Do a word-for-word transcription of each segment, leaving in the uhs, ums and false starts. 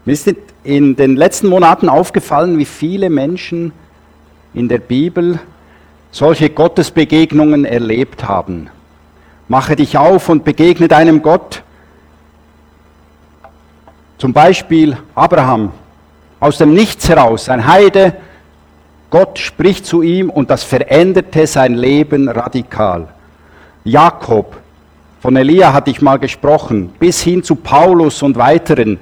Mir ist in den letzten Monaten aufgefallen, wie viele Menschen in der Bibel solche Gottesbegegnungen erlebt haben. Mache dich auf und begegne deinem Gott. Zum Beispiel Abraham, aus dem Nichts heraus, ein Heide, Gott spricht zu ihm und das veränderte sein Leben radikal. Jakob, von Elia hatte ich mal gesprochen, bis hin zu Paulus und weiteren.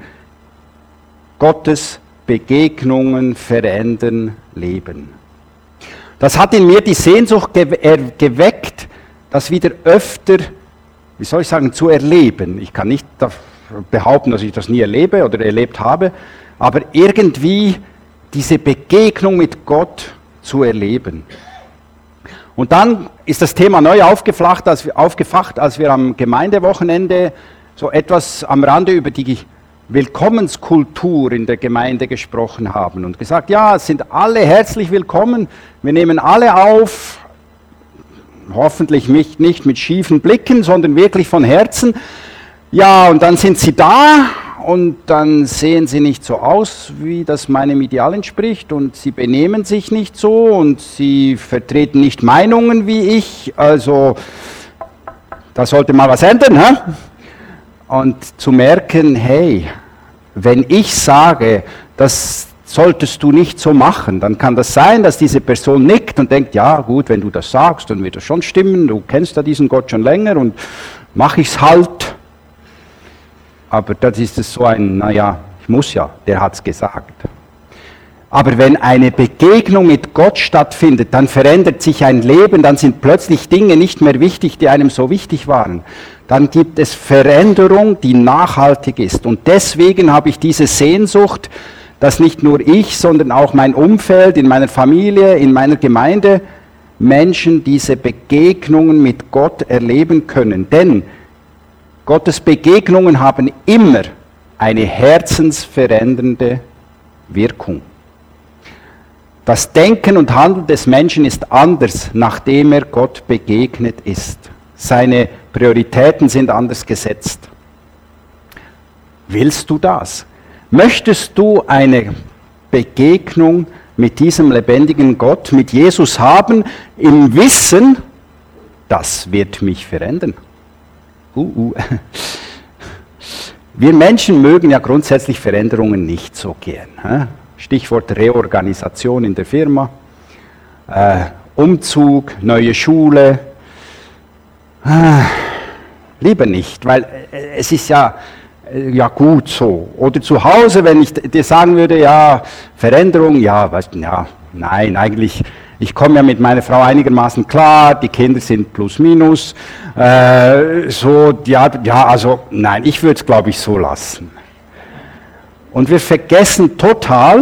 Gottes Begegnungen verändern Leben. Das hat in mir die Sehnsucht geweckt, das wieder öfter, wie soll ich sagen, zu erleben. Ich kann nicht behaupten, dass ich das nie erlebe oder erlebt habe, aber irgendwie diese Begegnung mit Gott zu erleben. Und dann ist das Thema neu aufgefacht, als wir, aufgefacht, als wir am Gemeindewochenende so etwas am Rande über die Willkommenskultur in der Gemeinde gesprochen haben und gesagt, ja, es sind alle herzlich willkommen, wir nehmen alle auf, hoffentlich nicht, nicht mit schiefen Blicken, sondern wirklich von Herzen. Ja, und dann sind sie da und dann sehen sie nicht so aus, wie das meinem Ideal entspricht und sie benehmen sich nicht so und sie vertreten nicht Meinungen wie ich, also da sollte mal was ändern, hä? Und zu merken, hey, wenn ich sage, das solltest du nicht so machen, dann kann das sein, dass diese Person nickt und denkt, ja gut, wenn du das sagst, dann wird das schon stimmen, du kennst ja diesen Gott schon länger und mach ich's halt. Aber das ist es so ein, naja, ich muss ja, der hat's gesagt. Aber wenn eine Begegnung mit Gott stattfindet, dann verändert sich ein Leben, dann sind plötzlich Dinge nicht mehr wichtig, die einem so wichtig waren. Dann gibt es Veränderung, die nachhaltig ist. Und deswegen habe ich diese Sehnsucht, dass nicht nur ich, sondern auch mein Umfeld, in meiner Familie, in meiner Gemeinde, Menschen diese Begegnungen mit Gott erleben können. Denn Gottes Begegnungen haben immer eine herzensverändernde Wirkung. Das Denken und Handeln des Menschen ist anders, nachdem er Gott begegnet ist. Seine Prioritäten sind anders gesetzt. Willst du das? Möchtest du eine Begegnung mit diesem lebendigen Gott, mit Jesus haben, im Wissen, das wird mich verändern? Uh, uh. Wir Menschen mögen ja grundsätzlich Veränderungen nicht so gern. Stichwort Reorganisation in der Firma, äh, Umzug, neue Schule. Ah, lieber nicht, weil es ist ja, ja gut so. Oder zu Hause, wenn ich dir sagen würde, ja, Veränderung, ja, weißt du, ja, nein, eigentlich, ich komme ja mit meiner Frau einigermaßen klar, die Kinder sind plus minus, äh, so, ja, ja, also nein, ich würde es, glaube ich, so lassen. Und wir vergessen total,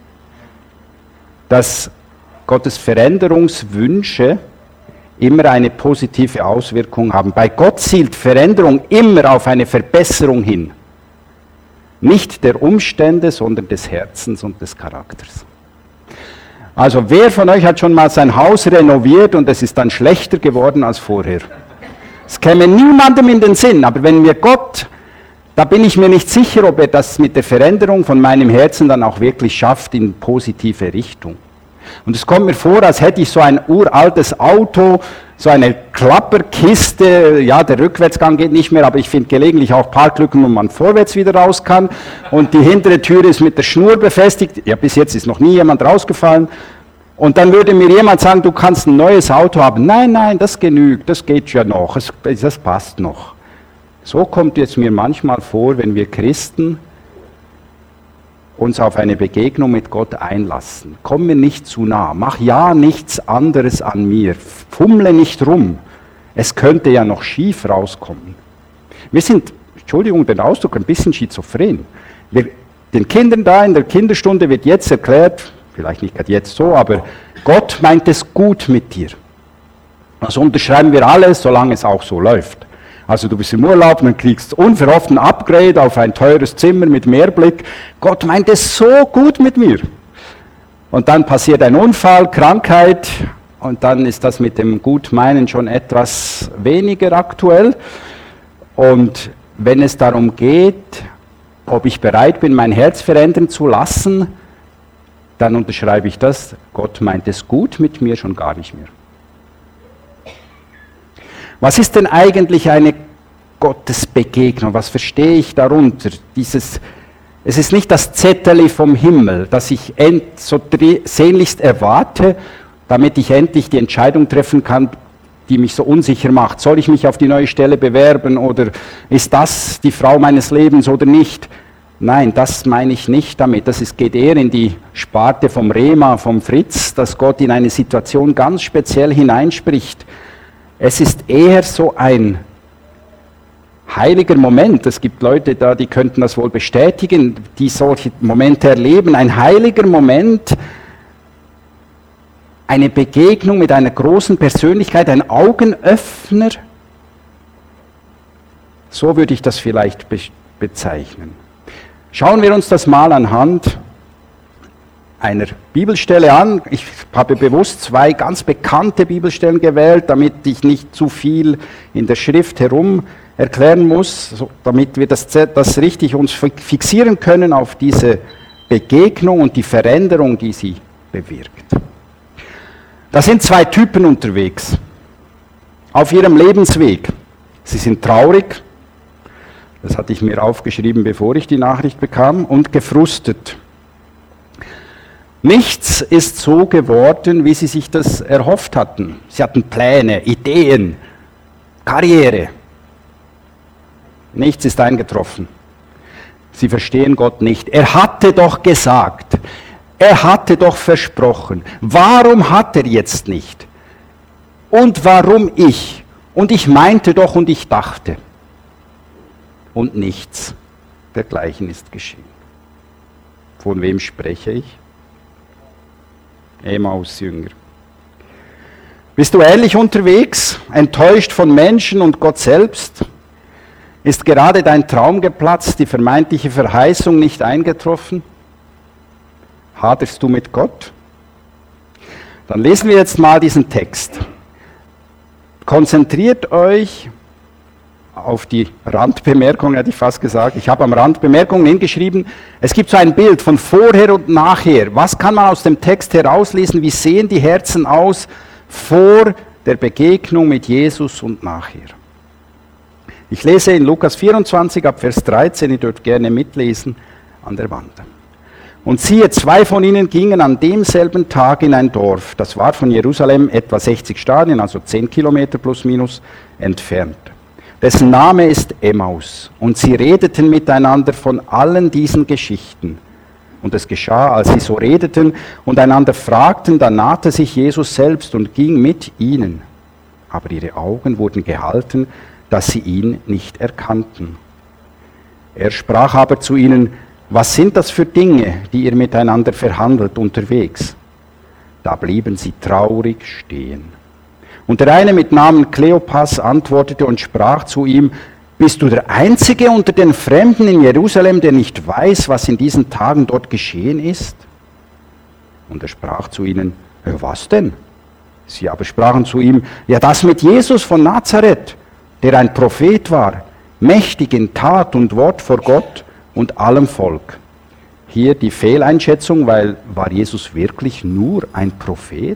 dass Gottes Veränderungswünsche immer eine positive Auswirkung haben. Bei Gott zielt Veränderung immer auf eine Verbesserung hin. Nicht der Umstände, sondern des Herzens und des Charakters. Also wer von euch hat schon mal sein Haus renoviert und es ist dann schlechter geworden als vorher? Es käme niemandem in den Sinn, aber wenn mir Gott, da bin ich mir nicht sicher, ob er das mit der Veränderung von meinem Herzen dann auch wirklich schafft in positive Richtung. Und es kommt mir vor, als hätte ich so ein uraltes Auto, so eine Klapperkiste, ja, der Rückwärtsgang geht nicht mehr, aber ich finde gelegentlich auch Parklücken, wo man vorwärts wieder raus kann. Und die hintere Tür ist mit der Schnur befestigt. Ja, bis jetzt ist noch nie jemand rausgefallen. Und dann würde mir jemand sagen, du kannst ein neues Auto haben. Nein, nein, das genügt, das geht ja noch, das passt noch. So kommt es mir manchmal vor, wenn wir Christen uns auf eine Begegnung mit Gott einlassen. Komm mir nicht zu nah, mach ja nichts anderes an mir, fummle nicht rum. Es könnte ja noch schief rauskommen. Wir sind, Entschuldigung den Ausdruck, ein bisschen schizophren. Wir, den Kindern da in der Kinderstunde wird jetzt erklärt, vielleicht nicht gerade jetzt so, aber Gott meint es gut mit dir. Das unterschreiben wir alles, solange es auch so läuft. Also du bist im Urlaub, dann kriegst unverhofft ein Upgrade auf ein teures Zimmer mit Mehrblick. Gott meint es so gut mit mir. Und dann passiert ein Unfall, Krankheit und dann ist das mit dem Gutmeinen schon etwas weniger aktuell. Und wenn es darum geht, ob ich bereit bin, mein Herz verändern zu lassen, dann unterschreibe ich das, Gott meint es gut mit mir, schon gar nicht mehr. Was ist denn eigentlich eine Gottesbegegnung? Was verstehe ich darunter? Dieses, es ist nicht das Zetterli vom Himmel, das ich end, so sehnlichst erwarte, damit ich endlich die Entscheidung treffen kann, die mich so unsicher macht. Soll ich mich auf die neue Stelle bewerben oder ist das die Frau meines Lebens oder nicht? Nein, das meine ich nicht damit. Das ist, geht eher in die Sparte vom Rema, vom Fritz, dass Gott in eine Situation ganz speziell hineinspricht. Es ist eher so ein heiliger Moment. Es gibt Leute da, die könnten das wohl bestätigen, die solche Momente erleben. Ein heiliger Moment, eine Begegnung mit einer großen Persönlichkeit, ein Augenöffner. So würde ich das vielleicht be- bezeichnen. Schauen wir uns das mal anhand einer Bibelstelle an. Ich habe bewusst zwei ganz bekannte Bibelstellen gewählt, damit ich nicht zu viel in der Schrift herum erklären muss, so, damit wir das, das richtig uns fixieren können auf diese Begegnung und die Veränderung, die sie bewirkt. Da sind zwei Typen unterwegs auf ihrem Lebensweg. Sie sind traurig, das hatte ich mir aufgeschrieben, bevor ich die Nachricht bekam, und gefrustet. Nichts ist so geworden, wie sie sich das erhofft hatten. Sie hatten Pläne, Ideen, Karriere. Nichts ist eingetroffen. Sie verstehen Gott nicht. Er hatte doch gesagt, er hatte doch versprochen. Warum hat er jetzt nicht? Und warum ich? Und ich meinte doch und ich dachte. Und nichts dergleichen ist geschehen. Von wem spreche ich? Emmaus-Jünger. Bist du ehrlich unterwegs, enttäuscht von Menschen und Gott selbst? Ist gerade dein Traum geplatzt, die vermeintliche Verheißung nicht eingetroffen? Haderst du mit Gott? Dann lesen wir jetzt mal diesen Text. Konzentriert euch auf die Randbemerkung, hätte ich fast gesagt. Ich habe am Rand Bemerkungen hingeschrieben. Es gibt so ein Bild von vorher und nachher. Was kann man aus dem Text herauslesen? Wie sehen die Herzen aus vor der Begegnung mit Jesus und nachher? Ich lese in Lukas vierundzwanzig ab Vers dreizehn, ihr dürft gerne mitlesen, an der Wand. Und siehe, zwei von ihnen gingen an demselben Tag in ein Dorf. Das war von Jerusalem etwa sechzig Stadien, also zehn Kilometer plus minus entfernt. Dessen Name ist Emmaus. Und sie redeten miteinander von allen diesen Geschichten. Und es geschah, als sie so redeten und einander fragten, da nahte sich Jesus selbst und ging mit ihnen. Aber ihre Augen wurden gehalten, dass sie ihn nicht erkannten. Er sprach aber zu ihnen, was sind das für Dinge, die ihr miteinander verhandelt unterwegs? Da blieben sie traurig stehen. Und der eine mit Namen Kleopas antwortete und sprach zu ihm, bist du der Einzige unter den Fremden in Jerusalem, der nicht weiß, was in diesen Tagen dort geschehen ist? Und er sprach zu ihnen, ja, was denn? Sie aber sprachen zu ihm, ja, das mit Jesus von Nazareth, der ein Prophet war, mächtig in Tat und Wort vor Gott und allem Volk. Hier die Fehleinschätzung, weil war Jesus wirklich nur ein Prophet?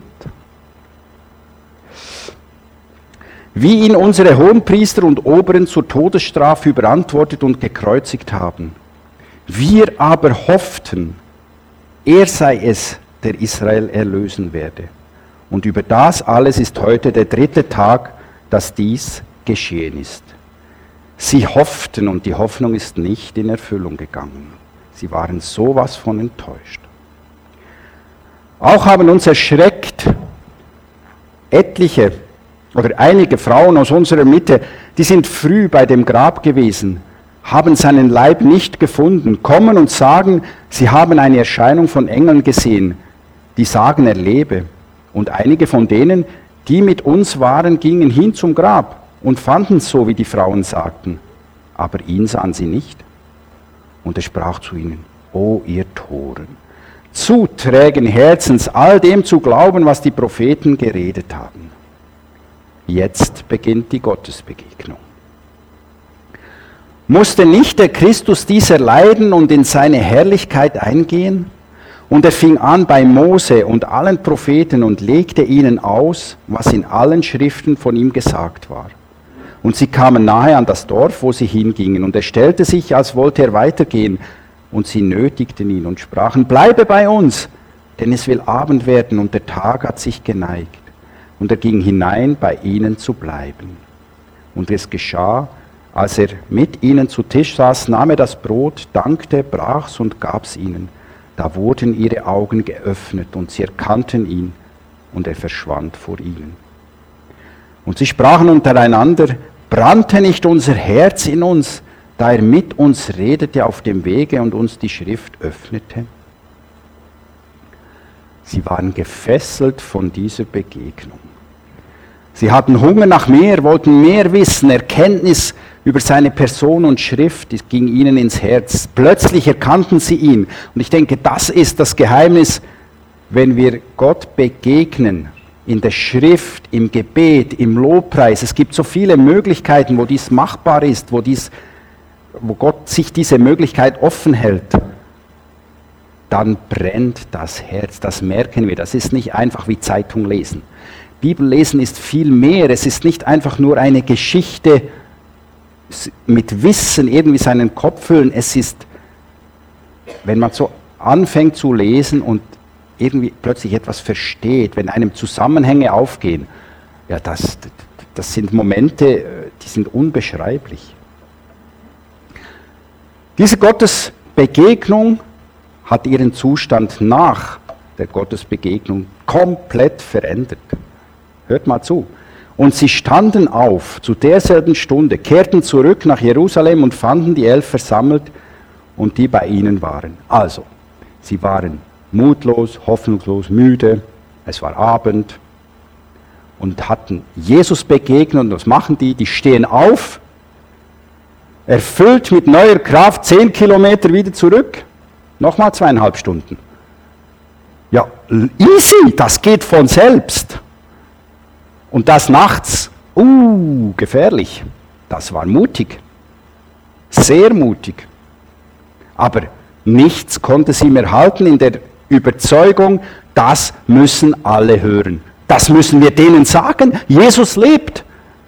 Wie ihn unsere Hohenpriester und Oberen zur Todesstrafe überantwortet und gekreuzigt haben. Wir aber hofften, er sei es, der Israel erlösen werde. Und über das alles ist heute der dritte Tag, dass dies geschehen ist. Sie hofften und die Hoffnung ist nicht in Erfüllung gegangen. Sie waren sowas von enttäuscht. Auch haben uns erschreckt etliche oder einige Frauen aus unserer Mitte, die sind früh bei dem Grab gewesen, haben seinen Leib nicht gefunden, kommen und sagen, sie haben eine Erscheinung von Engeln gesehen, die sagen, er lebe. Und einige von denen, die mit uns waren, gingen hin zum Grab und fanden es so, wie die Frauen sagten. Aber ihn sahen sie nicht. Und er sprach zu ihnen, o ihr Toren, zu trägen Herzens, all dem zu glauben, was die Propheten geredet haben. Jetzt beginnt die Gottesbegegnung. Musste nicht der Christus dies erleiden und in seine Herrlichkeit eingehen? Und er fing an bei Mose und allen Propheten und legte ihnen aus, was in allen Schriften von ihm gesagt war. Und sie kamen nahe an das Dorf, wo sie hingingen, und er stellte sich, als wollte er weitergehen, und sie nötigten ihn und sprachen, bleibe bei uns, denn es will Abend werden und der Tag hat sich geneigt. Und er ging hinein, bei ihnen zu bleiben. Und es geschah, als er mit ihnen zu Tisch saß, nahm er das Brot, dankte, brach's und gab's ihnen. Da wurden ihre Augen geöffnet und sie erkannten ihn und er verschwand vor ihnen. Und sie sprachen untereinander, brannte nicht unser Herz in uns, da er mit uns redete auf dem Wege und uns die Schrift öffnete? Sie waren gefesselt von dieser Begegnung. Sie hatten Hunger nach mehr, wollten mehr wissen, Erkenntnis über seine Person und Schrift, es ging ihnen ins Herz. Plötzlich erkannten sie ihn. Und ich denke, das ist das Geheimnis, wenn wir Gott begegnen, in der Schrift, im Gebet, im Lobpreis. Es gibt so viele Möglichkeiten, wo dies machbar ist, wo, dies, wo Gott sich diese Möglichkeit offen hält. Dann brennt das Herz, das merken wir. Das ist nicht einfach wie Zeitung lesen. Bibellesen ist viel mehr. Es ist nicht einfach nur eine Geschichte mit Wissen irgendwie seinen Kopf füllen. Es ist, wenn man so anfängt zu lesen und irgendwie plötzlich etwas versteht, wenn einem Zusammenhänge aufgehen, ja, das, das sind Momente, die sind unbeschreiblich. Diese Gottesbegegnung hat ihren Zustand nach der Gottesbegegnung komplett verändert. Hört mal zu. Und sie standen auf zu derselben Stunde, kehrten zurück nach Jerusalem und fanden die Elf versammelt und die bei ihnen waren. Also, sie waren mutlos, hoffnungslos, müde, es war Abend und hatten Jesus begegnet. Und was machen die? Die stehen auf, erfüllt mit neuer Kraft, zehn Kilometer wieder zurück, nochmal zweieinhalb Stunden. Ja, easy, das geht von selbst. Und das nachts, uh, gefährlich. Das war mutig, sehr mutig. Aber nichts konnte sie mehr halten in der Überzeugung, das müssen alle hören. Das müssen wir denen sagen, Jesus lebt.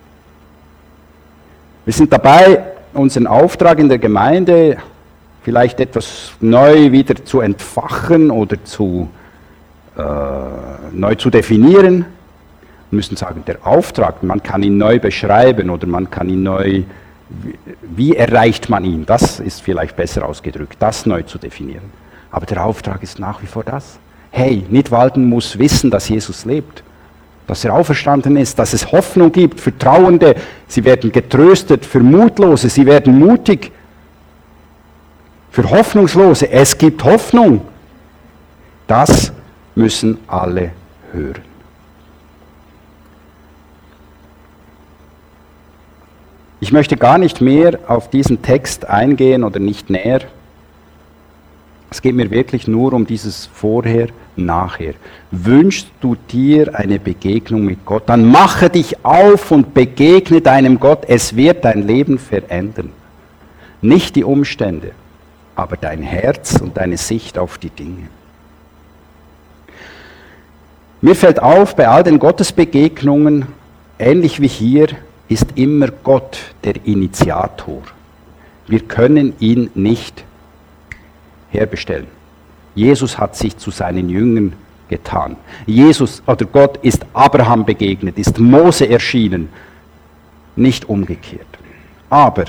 Wir sind dabei, unseren Auftrag in der Gemeinde vielleicht etwas neu wieder zu entfachen oder zu, äh, neu zu definieren. Wir müssen sagen, der Auftrag, man kann ihn neu beschreiben oder man kann ihn neu, wie, wie erreicht man ihn? Das ist vielleicht besser ausgedrückt, das neu zu definieren. Aber der Auftrag ist nach wie vor das. Hey, Nidwalden muss wissen, dass Jesus lebt, dass er auferstanden ist, dass es Hoffnung gibt für Trauernde. Sie werden getröstet, für Mutlose, sie werden mutig. Für Hoffnungslose, es gibt Hoffnung. Das müssen alle hören. Ich möchte gar nicht mehr auf diesen Text eingehen oder nicht näher. Es geht mir wirklich nur um dieses Vorher, Nachher. Wünschst du dir eine Begegnung mit Gott, dann mache dich auf und begegne deinem Gott. Es wird dein Leben verändern. Nicht die Umstände, aber dein Herz und deine Sicht auf die Dinge. Mir fällt auf, bei all den Gottesbegegnungen, ähnlich wie hier, ist immer Gott der Initiator. Wir können ihn nicht herbestellen. Jesus hat sich zu seinen Jüngern getan. Jesus oder Gott ist Abraham begegnet, ist Mose erschienen, nicht umgekehrt. Aber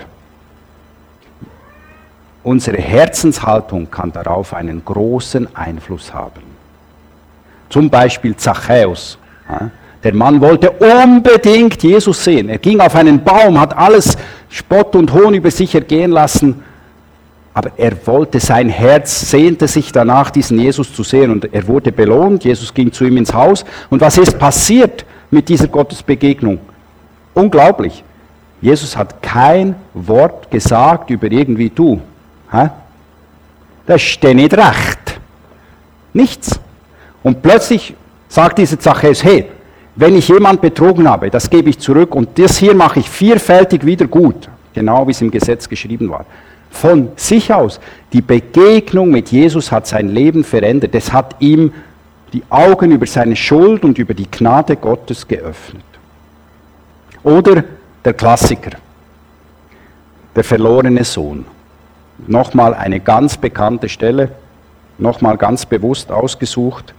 unsere Herzenshaltung kann darauf einen großen Einfluss haben. Zum Beispiel Zachäus. Der Mann wollte unbedingt Jesus sehen. Er ging auf einen Baum, hat alles Spott und Hohn über sich ergehen lassen. Aber er wollte, sein Herz sehnte sich danach, diesen Jesus zu sehen. Und er wurde belohnt. Jesus ging zu ihm ins Haus. Und was ist passiert mit dieser Gottesbegegnung? Unglaublich. Jesus hat kein Wort gesagt über irgendwie du. Hä? Das ist dir nicht recht. Nichts. Und plötzlich sagt dieser Zachäus, hey, wenn ich jemand betrogen habe, das gebe ich zurück und das hier mache ich vierfältig wieder gut. genau wie es im Gesetz geschrieben war. Von sich aus. Die Begegnung mit Jesus hat sein Leben verändert. Es hat ihm die Augen über seine Schuld und über die Gnade Gottes geöffnet. Oder der Klassiker, der verlorene Sohn. Nochmal eine ganz bekannte Stelle, nochmal ganz bewusst ausgesucht.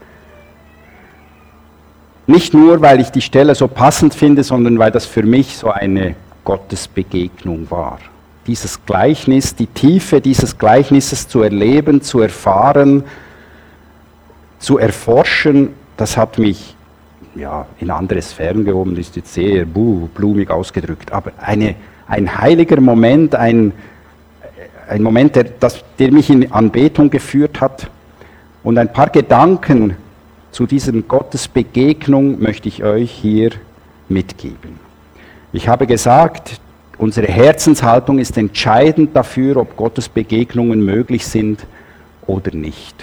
Nicht nur, weil ich die Stelle so passend finde, sondern weil das für mich so eine Gottesbegegnung war. Dieses Gleichnis, die Tiefe dieses Gleichnisses zu erleben, zu erfahren, zu erforschen, das hat mich ja, in andere Sphären gehoben, das ist jetzt sehr buh, blumig ausgedrückt, aber eine, ein heiliger Moment, ein, ein Moment, der, das, der mich in Anbetung geführt hat. Und ein paar Gedanken zu dieser Gottesbegegnung möchte ich euch hier mitgeben. Ich habe gesagt, unsere Herzenshaltung ist entscheidend dafür, ob Gottesbegegnungen möglich sind oder nicht.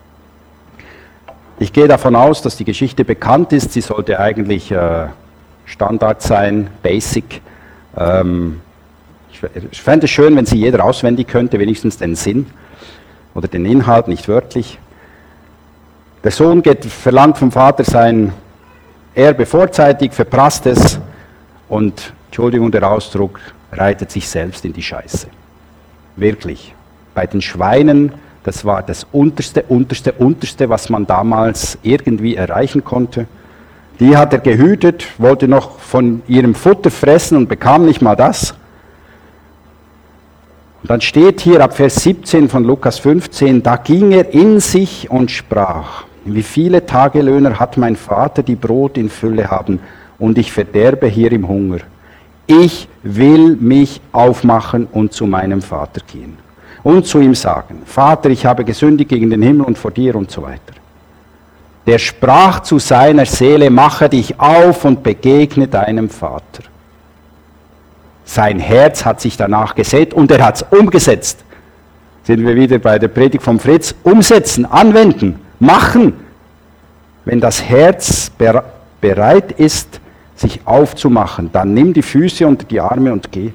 Ich gehe davon aus, dass die Geschichte bekannt ist. Sie sollte eigentlich äh, Standard sein, Basic. Ähm, ich fände es schön, wenn sie jeder auswendig könnte, wenigstens den Sinn oder den Inhalt, nicht wörtlich. Der Sohn geht, verlangt vom Vater sein Erbe vorzeitig, verprasst es und, Entschuldigung der Ausdruck, reitet sich selbst in die Scheiße. Wirklich. Bei den Schweinen, das war das unterste, unterste, unterste, was man damals irgendwie erreichen konnte. Die hat er gehütet, wollte noch von ihrem Futter fressen und bekam nicht mal das. Und dann steht hier ab Vers siebzehn von Lukas fünfzehn, da ging er in sich und sprach, wie viele Tagelöhner hat mein Vater, die Brot in Fülle haben, und ich verderbe hier im Hunger. Ich will mich aufmachen und zu meinem Vater gehen und zu ihm sagen, Vater, ich habe gesündigt gegen den Himmel und vor dir und so weiter. Der sprach zu seiner Seele, mache dich auf und begegne deinem Vater. Sein Herz hat sich danach gesehnt und er hat es umgesetzt. Sind wir wieder bei der Predigt von Fritz. Umsetzen, anwenden, machen. Wenn das Herz bereit ist, sich aufzumachen, dann nimm die Füße unter die Arme und geh.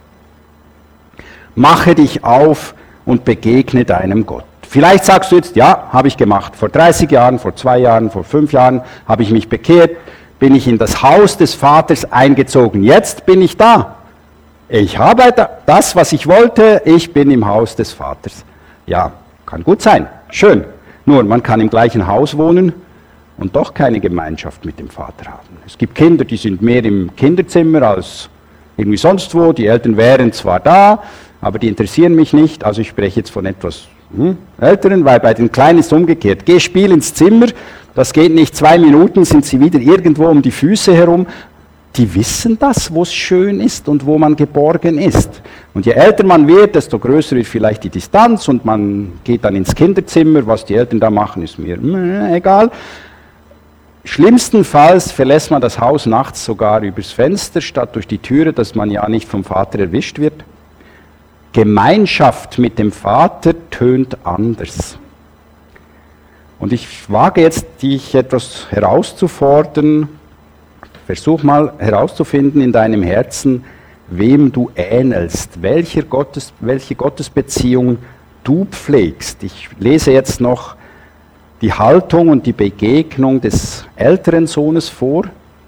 Mache dich auf und begegne deinem Gott. Vielleicht sagst du jetzt, ja, habe ich gemacht. Vor dreißig Jahren, vor zwei Jahren, vor fünf Jahren habe ich mich bekehrt, bin ich in das Haus des Vaters eingezogen. Jetzt bin ich da. Ich habe das, was ich wollte, ich bin im Haus des Vaters. Ja, kann gut sein, schön. Nur, man kann im gleichen Haus wohnen und doch keine Gemeinschaft mit dem Vater haben. Es gibt Kinder, die sind mehr im Kinderzimmer als irgendwie sonst wo. Die Eltern wären zwar da, aber die interessieren mich nicht. Also ich spreche jetzt von etwas hm, Älteren, weil bei den Kleinen ist es umgekehrt. Geh, spiel ins Zimmer, das geht nicht zwei Minuten, sind sie wieder irgendwo um die Füße herum. Die wissen das, wo es schön ist und wo man geborgen ist. Und je älter man wird, desto größer wird vielleicht die Distanz und man geht dann ins Kinderzimmer. Was die Eltern da machen, ist mir mh, egal. Schlimmstenfalls verlässt man das Haus nachts sogar übers Fenster statt durch die Türe, dass man ja nicht vom Vater erwischt wird. Gemeinschaft mit dem Vater tönt anders. Und ich wage jetzt, dich etwas herauszufordern. Versuch mal herauszufinden in deinem Herzen, wem du ähnelst, welche, Gottes, welche Gottesbeziehung du pflegst. Ich lese jetzt noch die Haltung und die Begegnung des älteren Sohnes vor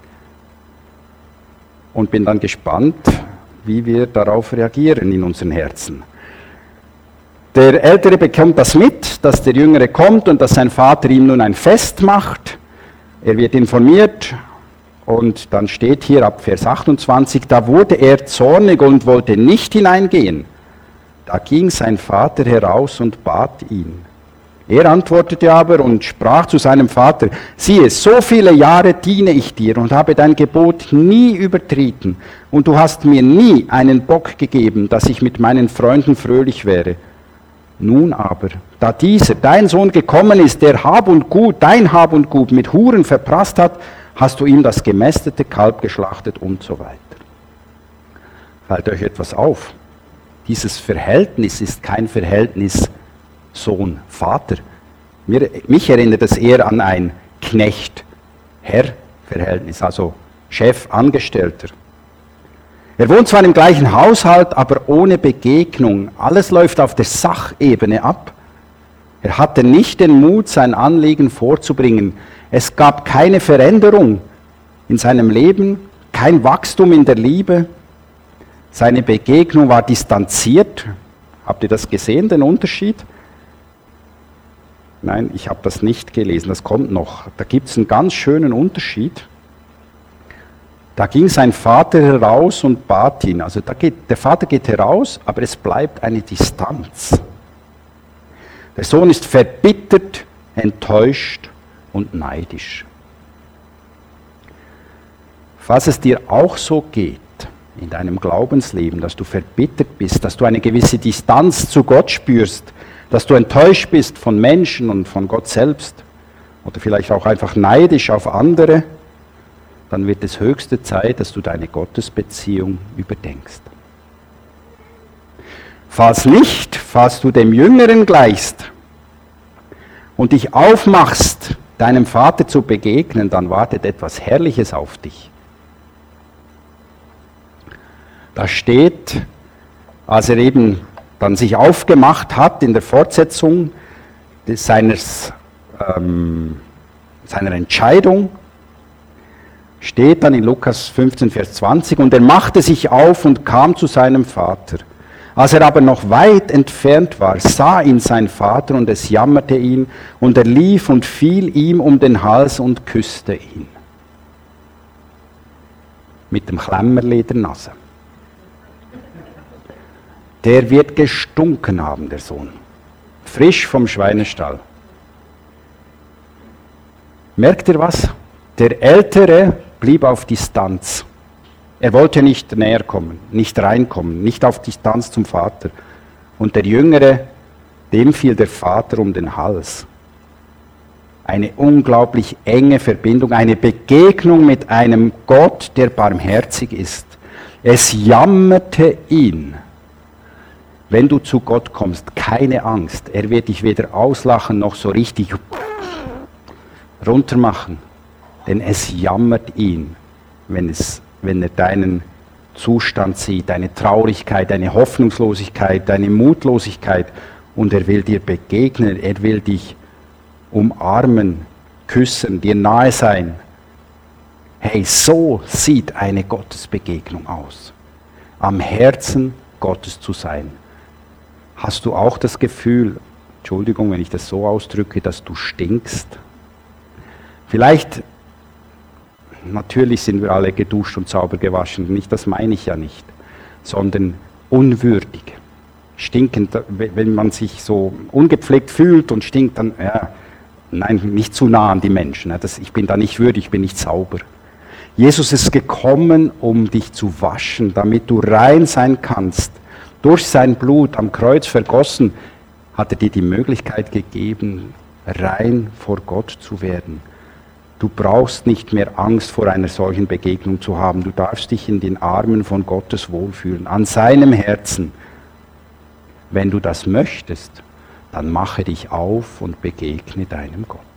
und bin dann gespannt, wie wir darauf reagieren in unseren Herzen. Der Ältere bekommt das mit, dass der Jüngere kommt und dass sein Vater ihm nun ein Fest macht. Er wird informiert. Und dann steht hier ab Vers achtundzwanzig, da wurde er zornig und wollte nicht hineingehen. Da ging sein Vater heraus und bat ihn. Er antwortete aber und sprach zu seinem Vater, siehe, so viele Jahre diene ich dir und habe dein Gebot nie übertreten. Und du hast mir nie einen Bock gegeben, dass ich mit meinen Freunden fröhlich wäre. Nun aber, da dieser, dein Sohn gekommen ist, der Hab und Gut, dein Hab und Gut mit Huren verprasst hat, hast du ihm das gemästete Kalb geschlachtet und so weiter. Fällt euch etwas auf? Dieses Verhältnis ist kein Verhältnis Sohn-Vater. Mir, mich erinnert es eher an ein Knecht-Herr-Verhältnis, also Chef-Angestellter. Er wohnt zwar im gleichen Haushalt, aber ohne Begegnung. Alles läuft auf der Sachebene ab. Er hatte nicht den Mut, sein Anliegen vorzubringen. Es gab keine Veränderung in seinem Leben, kein Wachstum in der Liebe. Seine Begegnung war distanziert. Habt ihr das gesehen, den Unterschied? Nein, ich habe das nicht gelesen, das kommt noch. Da gibt es einen ganz schönen Unterschied. Da ging sein Vater heraus und bat ihn. Also da geht, der Vater geht heraus, aber es bleibt eine Distanz. Der Sohn ist verbittert, enttäuscht und neidisch. Falls es dir auch so geht in deinem Glaubensleben, dass du verbittert bist, dass du eine gewisse Distanz zu Gott spürst, dass du enttäuscht bist von Menschen und von Gott selbst oder vielleicht auch einfach neidisch auf andere, dann wird es höchste Zeit, dass du deine Gottesbeziehung überdenkst. Falls nicht, falls du dem Jüngeren gleichst und dich aufmachst, deinem Vater zu begegnen, dann wartet etwas Herrliches auf dich. Da steht, als er eben dann sich aufgemacht hat in der Fortsetzung des, seines, ähm, seiner Entscheidung, steht dann in Lukas fünfzehn, Vers zwanzig, und er machte sich auf und kam zu seinem Vater. Als er aber noch weit entfernt war, sah ihn sein Vater und es jammerte ihn, und er lief und fiel ihm um den Hals und küsste ihn. Mit dem Klemmerli der Nase. Der wird gestunken haben, der Sohn. Frisch vom Schweinestall. Merkt ihr was? Der Ältere blieb auf Distanz. Er wollte nicht näher kommen, nicht reinkommen, nicht auf Distanz zum Vater. Und der Jüngere, dem fiel der Vater um den Hals. Eine unglaublich enge Verbindung, eine Begegnung mit einem Gott, der barmherzig ist. Es jammerte ihn. Wenn du zu Gott kommst, keine Angst, er wird dich weder auslachen noch so richtig runtermachen. Denn es jammert ihn, wenn, es, wenn er deinen Zustand sieht, deine Traurigkeit, deine Hoffnungslosigkeit, deine Mutlosigkeit. Und er will dir begegnen, er will dich umarmen, küssen, dir nahe sein. Hey, so sieht eine Gottesbegegnung aus. Am Herzen Gottes zu sein. Hast du auch das Gefühl, Entschuldigung, wenn ich das so ausdrücke, dass du stinkst? Vielleicht, natürlich sind wir alle geduscht und sauber gewaschen, nicht, das meine ich ja nicht, sondern unwürdig. Stinkend, wenn man sich so ungepflegt fühlt und stinkt, dann, ja, nein, nicht zu nah an die Menschen. Das, ich bin da nicht würdig, ich bin nicht sauber. Jesus ist gekommen, um dich zu waschen, damit du rein sein kannst. Durch sein Blut am Kreuz vergossen, hat er dir die Möglichkeit gegeben, rein vor Gott zu werden. Du brauchst nicht mehr Angst vor einer solchen Begegnung zu haben. Du darfst dich in den Armen von Gottes wohlfühlen, an seinem Herzen. Wenn du das möchtest, dann mache dich auf und begegne deinem Gott.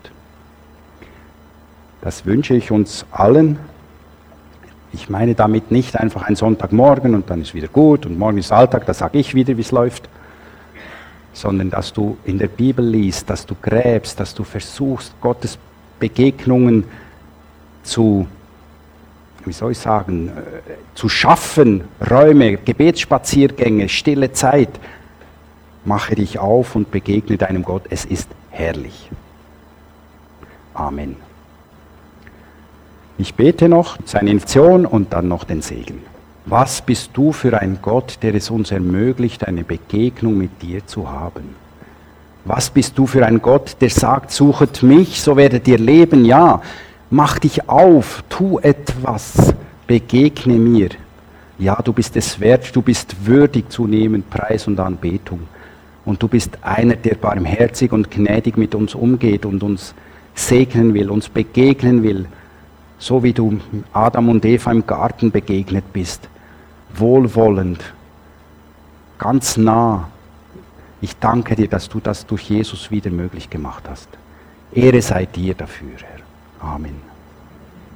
Das wünsche ich uns allen. Ich meine damit nicht einfach ein Sonntagmorgen und dann ist wieder gut und morgen ist Alltag, da sage ich wieder, wie es läuft, sondern dass du in der Bibel liest, dass du gräbst, dass du versuchst, Gottes Begegnungen zu, wie soll ich sagen, zu schaffen, Räume, Gebetsspaziergänge, stille Zeit. Mache dich auf und begegne deinem Gott, es ist herrlich. Amen. Ich bete noch seine Infusion und dann noch den Segen. Was bist du für ein Gott, der es uns ermöglicht, eine Begegnung mit dir zu haben? Was bist du für ein Gott, der sagt, suchet mich, so werdet ihr leben? Ja, mach dich auf, tu etwas, begegne mir. Ja, du bist es wert, du bist würdig zu nehmen, Preis und Anbetung. Und du bist einer, der barmherzig und gnädig mit uns umgeht und uns segnen will, uns begegnen will. So wie du Adam und Eva im Garten begegnet bist, wohlwollend, ganz nah. Ich danke dir, dass du das durch Jesus wieder möglich gemacht hast. Ehre sei dir dafür, Herr. Amen.